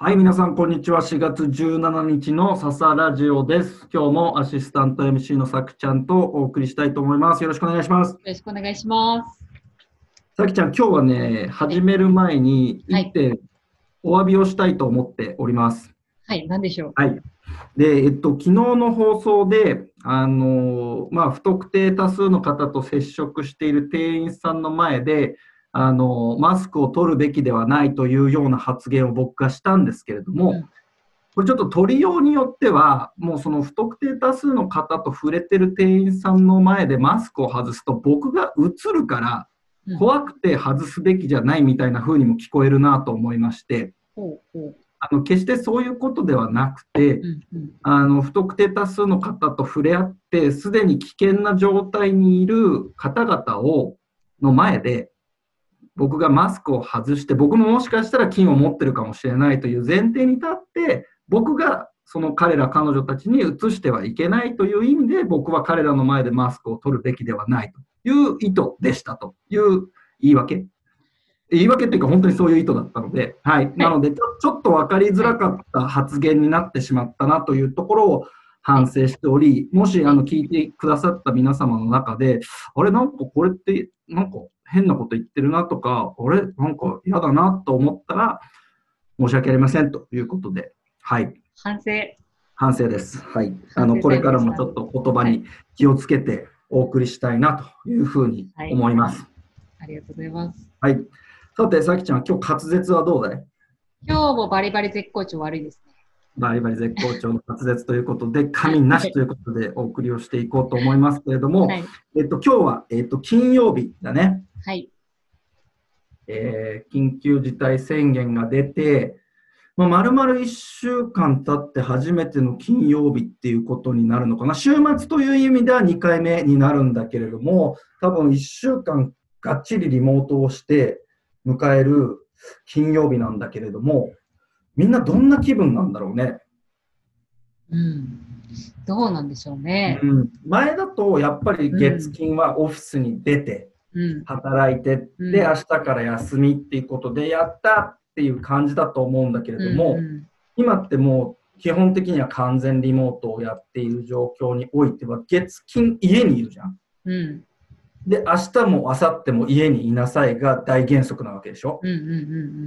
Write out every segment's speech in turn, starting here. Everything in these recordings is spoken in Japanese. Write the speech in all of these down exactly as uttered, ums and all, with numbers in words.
はい、皆さん、こんにちは。しがつじゅうしちにちの笹ラジオです。今日もアシスタント エムシー のさきちゃんとお送りしたいと思います。よろしくお願いします。 よろしくお願いします。 さきちゃん、今日はね、始める前にはい。 いってんお詫びをしたいと思っております。 はい。何でしょう。 はい。で、えっと、昨日の放送で、あのまあ、不特定多数の方と接触している店員さんの前で、あのマスクを取るべきではないというような発言を僕がしたんですけれども、 うん。 これちょっと取りようによっては、もうその不特定多数の方と触れてる店員さんの前でマスクを外すと僕が映るからうん。 怖くて外すべきじゃないみたいな風にも聞こえるなと思いまして、 ほうほう。 あの決してそういうことではなくて、 うん。うん。 あの不特定多数の方と触れ合ってすでに危険な状態にいる方々をの前で僕がマスクを外して、僕ももしかしたら菌を持ってるかもしれないという前提に立って、僕がその彼ら彼女たちに移してはいけないという意味で、僕は彼らの前でマスクを取るべきではないという意図でしたという言い訳。言い訳っていうか本当にそういう意図だったので、はい、 はい。 なのでちょちょっと分かりづはい。 らかった発言になってしまったなというところをはい。 反省しており、もしはい。 あの聞いてくださった皆様の中で、あれ、なんかこれってなんか変なこと言ってるなとか、あれ、なんか嫌だなと思ったら、申し訳ありませんということで、はい、 反省。 反省です。はい、あ反省タイのこれかムでした。 らもちょっと言葉はい。 に気をつけてお送りしたいなというふうにはい。 思います。 ありがとうございます。 はい、さて、さきちゃん、今日滑舌はどうだい？ 今日もバリバリ絶好調悪いですね。 バリバリ絶好調の滑舌ということで、神なはい。 しということでお送りをしていこうと思いますけれども、 はい。 えっと、今日は、えっと、金曜日だね、 はい。 えー緊急事態宣言が出て、まあ、丸々いっしゅうかん経って初めての金曜日っていうことになるのかな。週末という意味ではにかいめになるんだけれども、多分いっしゅうかんがっちりリモートをして迎える金曜日なんだけれども、みんなどんな気分なんだろうね。 うん。どうなんでしょうね。 うん、前だとやっぱり月うん。 金はオフィスに出てうん。 働いて、 うん。 で明日から休みっていうことでやったっていう感じだと思うんだけれうん。 ども、 う今ってもう基本的には完全リモートをやっている状況においては月金家にいるじゃん。 ん。うん。 で明日も明後日も家にいなさいが大原則なわけでしょ。 うん。うん。うん。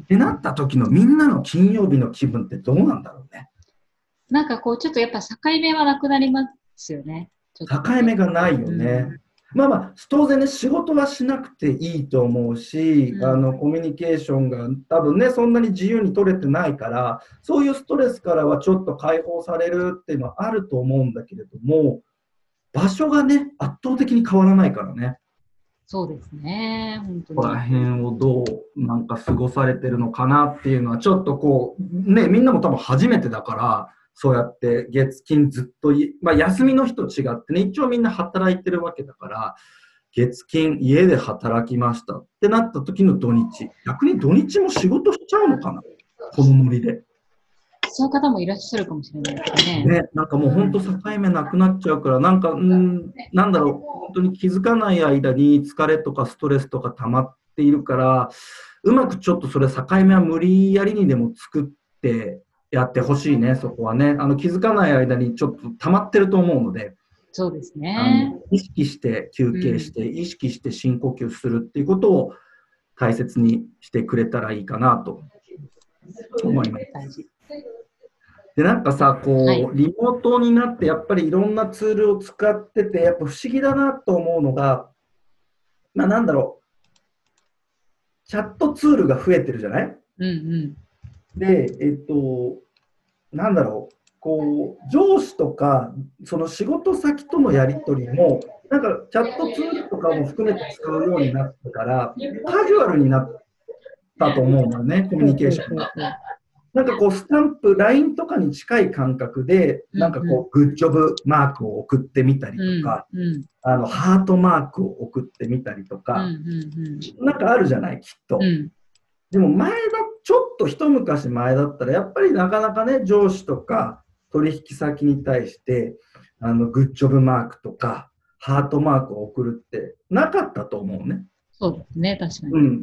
ってなった時のみんなの金曜日の気分ってどうなんだろうね。 なんかこう、ちょっとやっぱ境目はなくなりますよね。ちょっ境とね。 目がないようね。 ん。 まあまあ、当然ね、仕事はしなくていいと思うし、 うん。 あのコミュニケーションが多分ね、そんなに自由に取れてないから、そういうストレスからはちょっと解放されるっていうのはあると思うんだけれども、場所がね、圧倒的に変わらないからね。 そうですね。本当ここらに。 辺をどうなんか過ごされてるのかなっていうのは、ちょっとこう、ね、みんなも多分初めてだから、そうやって月金ずっとい、まあ、休みの日と違ってね、一応みんな働いてるわけだから、月金家で働きましたってなった時の土日、逆に土日も仕事しちゃうのかな、このノリで。 そういう方もいらっしゃるかもしれないですね。 ね、なんかもう本当境目なくなっちゃうから、なんか、うん、なんだろう、本当に気づかない間に疲れとかストレスとか溜まっているから、うまくちょっとそれ境目は無理やりにでも作ってやってほしいね、そこはね。あの気づかない間にちょっと溜まってると思うので、 そうですあのね。 意識して休うん。 憩して、意識して深呼吸するっていうことを大切にしてくれたらいいかなと思います。 大事。 で、なんかさ、 はい。 こう、リモートになってやっぱりいろんなツールを使ってて、やっぱ不思議だなと思うのが、まあなんだろう、チャットツールが増えてるじゃない？ うん。 で、えっと、なんだろう、こう、上司とか、その仕事先とのやり取りも、なんかチャットツールとかも含めて使うようになってから、カジュアルになったと思うのよね、コミュほうニケーションが。 ほうほうほう。 なんかこう、スタンプ、ライン とかに近い感覚で、なんかうんこう、グッジョブマークを送ってみたりうん。 とか、 うん。 あの、ハートマークを送ってみたりとうん。うか、 ん。 なんかあるじゃない、きっと。 うん。 でも前だ、ちょっと一昔前だったら、やっぱりなかなかね、上司とか取引先に対して、あの、グッジョブマークとか、ハートマークを送るってなかったと思うね。 そうですね。確かに。 うん。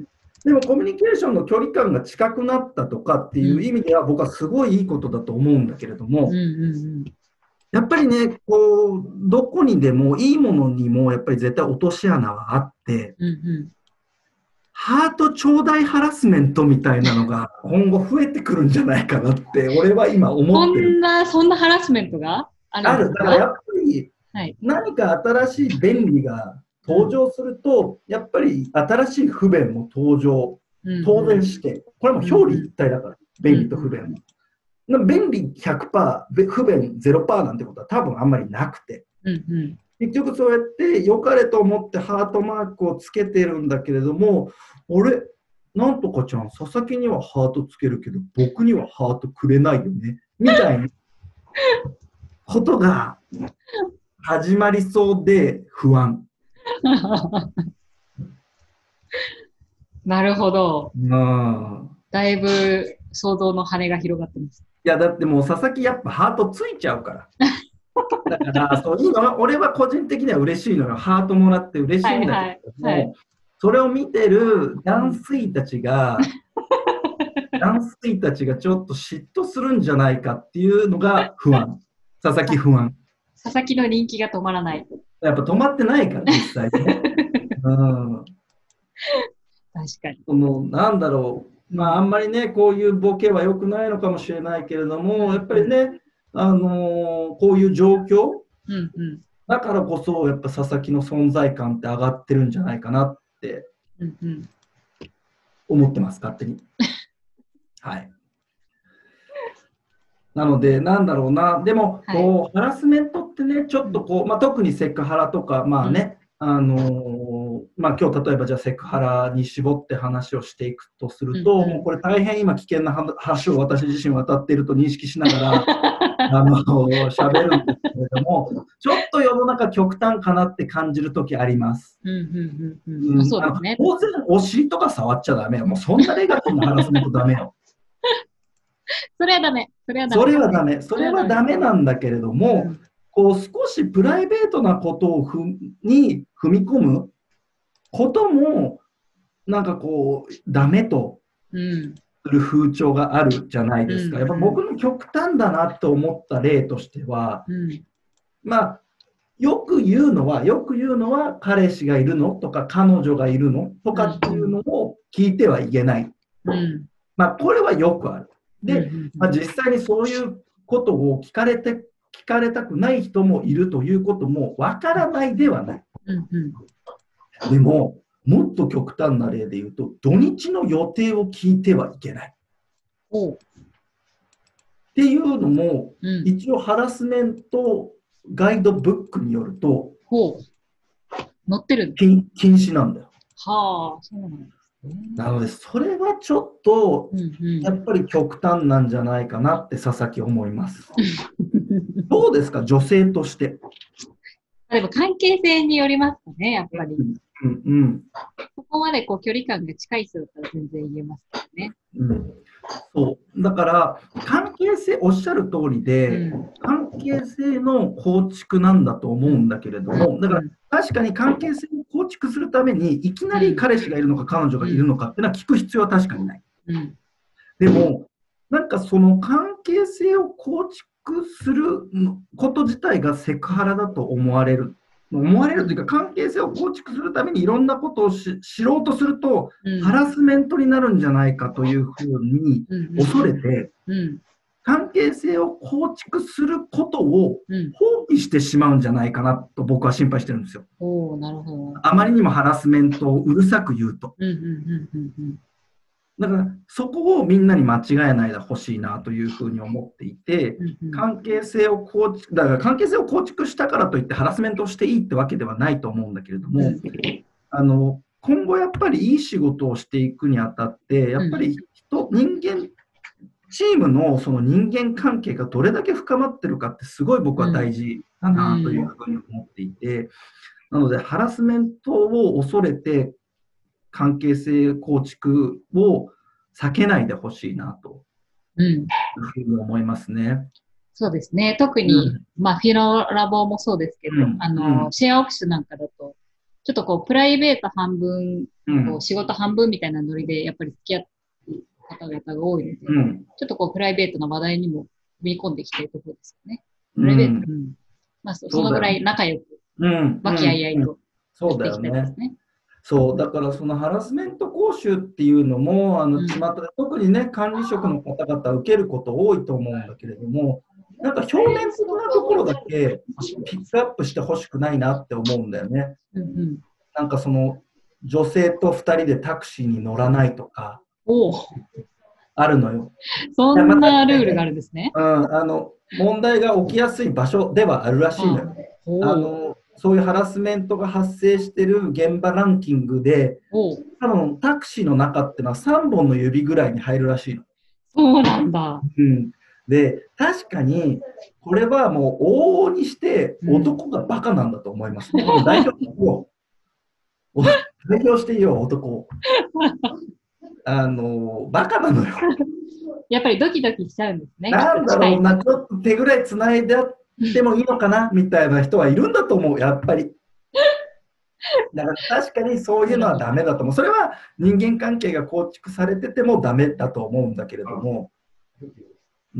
でもコミュニケーションの距離感が近くなったとかっていう意味では僕はすごいいいことだと思うんだけれども、 うんうんうん、 やっぱりね、こう、どこにでもいいものにもやっぱり絶対落とし穴はあって、 うんうん、 ハート頂戴ハラスメントみたいなのが今後増えてくるんじゃないかなって俺は今そ思ってる。 んな、そんなハラスメントがあるある。 んですか？ だからやっぱりはい。 何か新しい便利が登場すると、やっぱり新しい不便も登場、 うんうん、 当然して、これも表裏一体だから、便利と不便も。な便利ひゃくパーセント、不便ゼロパーセントなんてことは多分あんまりなくて。 うんうん、 結局そうやって良かれと思ってハートマークをつけてるんだけれども、俺、なんとかちゃん、佐々木にはハートつけるけど、僕にはハートくれないよね、みたいなことが始まりそうで不安。 なるほど。 うん。 だいぶ想像の羽が広がってます。 いや、だってもう佐々木やっぱハートついちゃうから。だから、そういいの、俺は個人的には嬉しいのよ。ハートもらって嬉しいんだけども、はいはいはい、それを見てる男性たちが、男性たちがちょっと嫉妬するんじゃないかっていうのが不安。佐々木不安。 佐々木の人気が止まらない。 やっぱ止まってないから、実際ね。うん、 確かに。 そのなんだろう、まあ、あんまりね、こういうボケは良くないのかもしれないけれども、やっぱりね、あのー、こういう状況、うんうん、だからこそ、やっぱ佐々木の存在感って上がってるんじゃないかなって思ってます、勝手に。はい。なので、なんだろうな、でも、こう、はい、ハラスメントってね、ちょっとこう、まあ、特にセクハラとか、まあね、うん、あのー、まあ、今日例えばじゃあセクハラに絞って話をしていくとすると、うんうん、もうこれ大変今危険な話を私自身渡っていると認識しながら、あのー、喋るんですけれども、ちょっと世の中極端かなって感じるときあります。当然、お尻とか触っちゃダメよ。もうそんなネガティブなハラスメントダメよ。 それはダメ。 それはダメ。それはダメ。それはダメなんだけれども、うん、こう少しプライベートなことをふに踏み込むことも、なんかこう、ダメとする風潮があるじゃないですか。やっぱ僕の極端だなと思った例としては、うん、まあ、よく言うのは、よく言うのは、彼氏がいるのとか、彼女がいるのとかっていうのを聞いてはいけない。うん、まあ、これはよくある。で、まあ、実際にそういうことを聞かれて、聞かれたくない人もいるということもわからないではない。うんうん、でも、もっと極端な例で言うと、土日の予定を聞いてはいけない。おっていうのも、うん、一応ハラスメントガイドブックによると、 ほう載ってる禁止なんだよ。 はあ、そうなんだ。 なので、それはちょっと、やっぱり極端なんじゃないかなって佐々木思います。どうですか、女性として。 でも関係性によりますかね、やっぱり。 うんうん、 ここまでこう距離感が近い人だったら全然言えますからね。 うん、そうだから関係性おっしゃる通りで、うん、関係性の構築なんだと思うんだけれども、だから確かに関係性を構築するためにいきなり彼氏がいるのか彼女がいるのかっていうのは聞く必要は確かにない。うん、でもなんかその関係性を構築すること自体がセクハラだと思われる。思われるというか、関係性を構築するためにいろんなことをし知ろうとすると、うん、ハラスメントになるんじゃないかというふうに恐れて、うんうん、関係性を構築することを放棄してしまうんじゃないかなと僕は心配してるんですよ。 おー、なるほど。 あまりにもハラスメントをうるさく言うと。だからそこをみんなに間違えないでほしいなというふうに思っていて、うんうん、関係性を構築、だから関係性を構築したからといってハラスメントをしていいってわけではないと思うんだけれども、うん、あの今後やっぱりいい仕事をしていくにあたって、やっぱり人、人間、チームのその人間関係がどれだけ深まってるかってすごい僕は大事だなというふうに思っていて、なのでハラスメントを恐れて関係性構築を避けないでほしいなというふうに思いますね。うん、 そうですね。特に、うん、まあ、フィノラボもそうですけど、うん、あの、シェアオフィスなんかだと、 ちょっとこう、プライベート半分、 うんこう仕事半分みたいなノリで、やっぱり付き合う方々が多いので、 うんちょっとこう、プライベートな話題にも踏み込んでいきたいところですよね。 うプライベート、 んうん。まあ、そそそうだよね。 のぐらい仲良く、 うん和気あいあいうんとそうやっていきたいでだよね。 すね。 そう、だからそのハラスメント講習っていうのも、あのうん巷で特にね、管理職の方々受けること多いと思うんだけれども、なんか表面的なところだけピックアップしてほしくないなって思うんだよね。 うんうん。 なんかその女性とふたりでタクシーに乗らないとかおお、 あるのよ。 そいやまあんなルールがあ確かにね、 るんですね。 うん、あの問題が起きやすい場所ではあるらしいのよ。 おお、 あのそういうハラスメントが発生している現場ランキングで、 おお、 多分タクシーの中ってのはさんぼんの指ぐらいに入るらしいの。 そうなんだ。 うん、で、確かにこれはもう往々にして男がバカなんだと思いますね。もう代表していいよ。お代表していいよ、男を。あの、バカなのよ。 やっぱりドキドキしちゃうんですね。 なんだろうな、ちょっと手ぐらいつないであってもいいのかなみたいな人はいるんだと思う、やっぱり。だから確かにそういうのはダメだと思う。それは人間関係が構築されててもダメだと思うんだけれども、うん。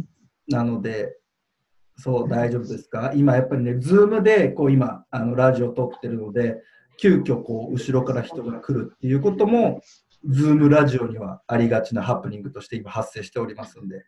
なので、そう、大丈夫ですか？今やっぱりね、ズームでこう今、あのラジオ撮ってるので、急遽こう後ろから人が来るっていうことも、ズームラジオにはありがちなハプニングとして今発生しておりますんで。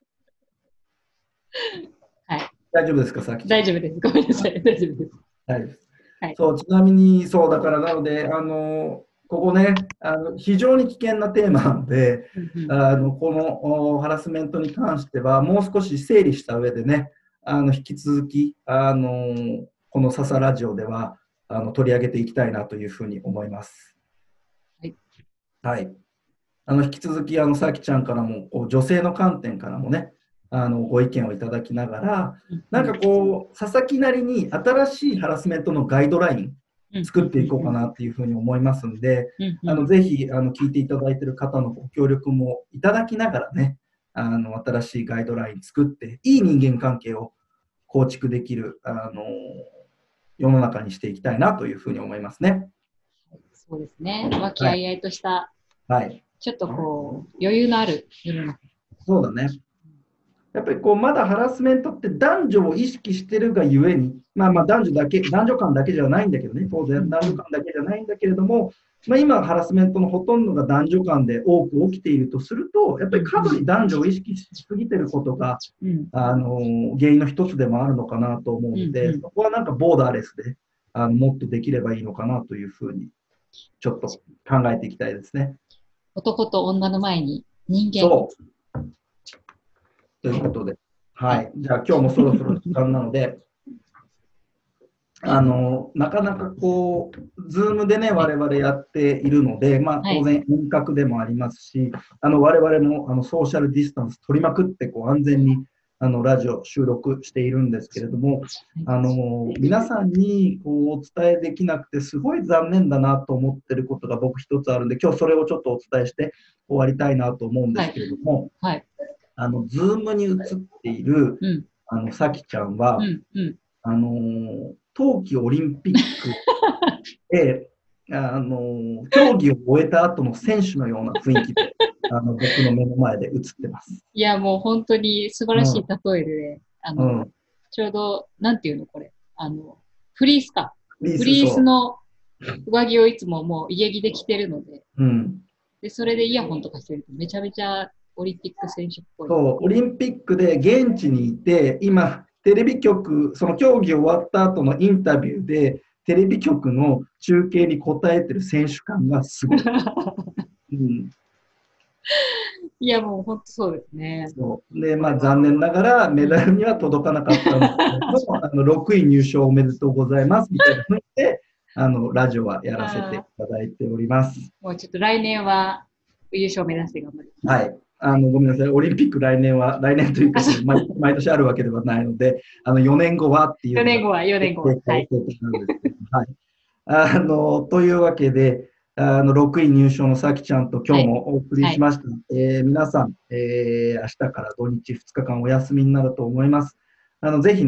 はい。 大丈夫ですか、さっき。 大丈夫です。ごめんなさい。大丈夫です。 大丈夫です。 はいそう、ちなみに、そうだからなので、あのここね、あの非常に危険なテーマなので、 うんうんあのこのおハラスメントに関しては、もう少し整理した上でね、あの引き続き、あのこの笹ラジオではあの取り上げていきたいなというふうに思います。 はい。 はい、あの引き続き、あのさきちゃんからも、こう女性の観点からもね、あのご意見をいただきながら、なんかこう、佐々木なりに新しいハラスメントのガイドライン作っていこうかなっていうふうに思いますんで、あのぜひあの聞いていただいている方のご協力もいただきながらね、あの新しいガイドライン作って、いい人間関係を構築できるあの世の中にしていきたいなというふうに思いますね。 そうですね。和気あいあいとした、 はい、 ちょっとこう、余裕のある世の中。 そうだね。やっぱりこうまだハラスメントって男女を意識してるがゆえに、まあ、まあ男女だけ、男女間だけじゃないんだけどね、当然男女間だけじゃないんだけれども、まあ、今、ハラスメントのほとんどが男女間で多く起きているとすると、やっぱり過度に男女を意識しすぎてることが、うん、あの原因の一つでもあるのかなと思うので、うんうん、そこはなんかボーダーレスであのもっとできればいいのかなというふうに、ちょっと考えていきたいですね。 男と女の前に人間。 そうということで、はい、じゃあ今日もそろそろ時間なので、あのなかなかこう、ズームでね、我々やっているので、まあ、当然遠隔でもありますし、あの我々もあのソーシャルディスタンス取りまくってこう安全にあのラジオ収録しているんですけれども、あの皆さんにこうお伝えできなくてすごい残念だなと思ってることが僕一つあるんで、今日それをちょっとお伝えして終わりたいなと思うんですけれども、はいはい、あのズームに映っている、うん、あのさきちゃんは、うんうん、あの冬季オリンピックであの競技を終えた後の選手のような雰囲気であの僕の目の前で映ってます。 いやもう本当に素晴らしい例えで、ね、うん、あの、うん、ちょうどなんていうのこれあのフリースかフリース、フリースの上着をいつももう家着で着てるので、うん、でそれでイヤホンとかしてるとめちゃめちゃオリンピック選手っぽい。 そう、オリンピックで現地にいて、今、テレビ局、その競技終わった後のインタビューで、テレビ局の中継に答えてる選手感がすごい。うん、 いや、もう本当そうですね。 そうで、まあ、残念ながらメダルには届かなかったんですけど、あのろくい入賞おめでとうございますみたいな雰囲気で、あのラジオはやらせていただいております。 もうちょっと来年は優勝を目指して頑張ります。 はい。あのごめんなさい、オリンピック来年は、来年というか毎、毎年あるわけではないので、あのよねんごはっていう。 よねんごは、よねんごは。はい。 はい、あのというわけで、あのろくい入賞のさきちゃんと今日もお送りしました。はい、えー、皆さん、えー、明日から土日ふつかかんお休みになると思います。あのぜひね、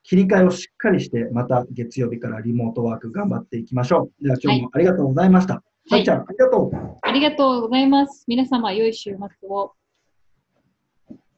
切り替えをしっかりして、また月曜日からリモートワーク頑張っていきましょう。では今日もありがとうございました。さっちゃん、ありがとう。 ありがとうございます。皆様、良い週末を。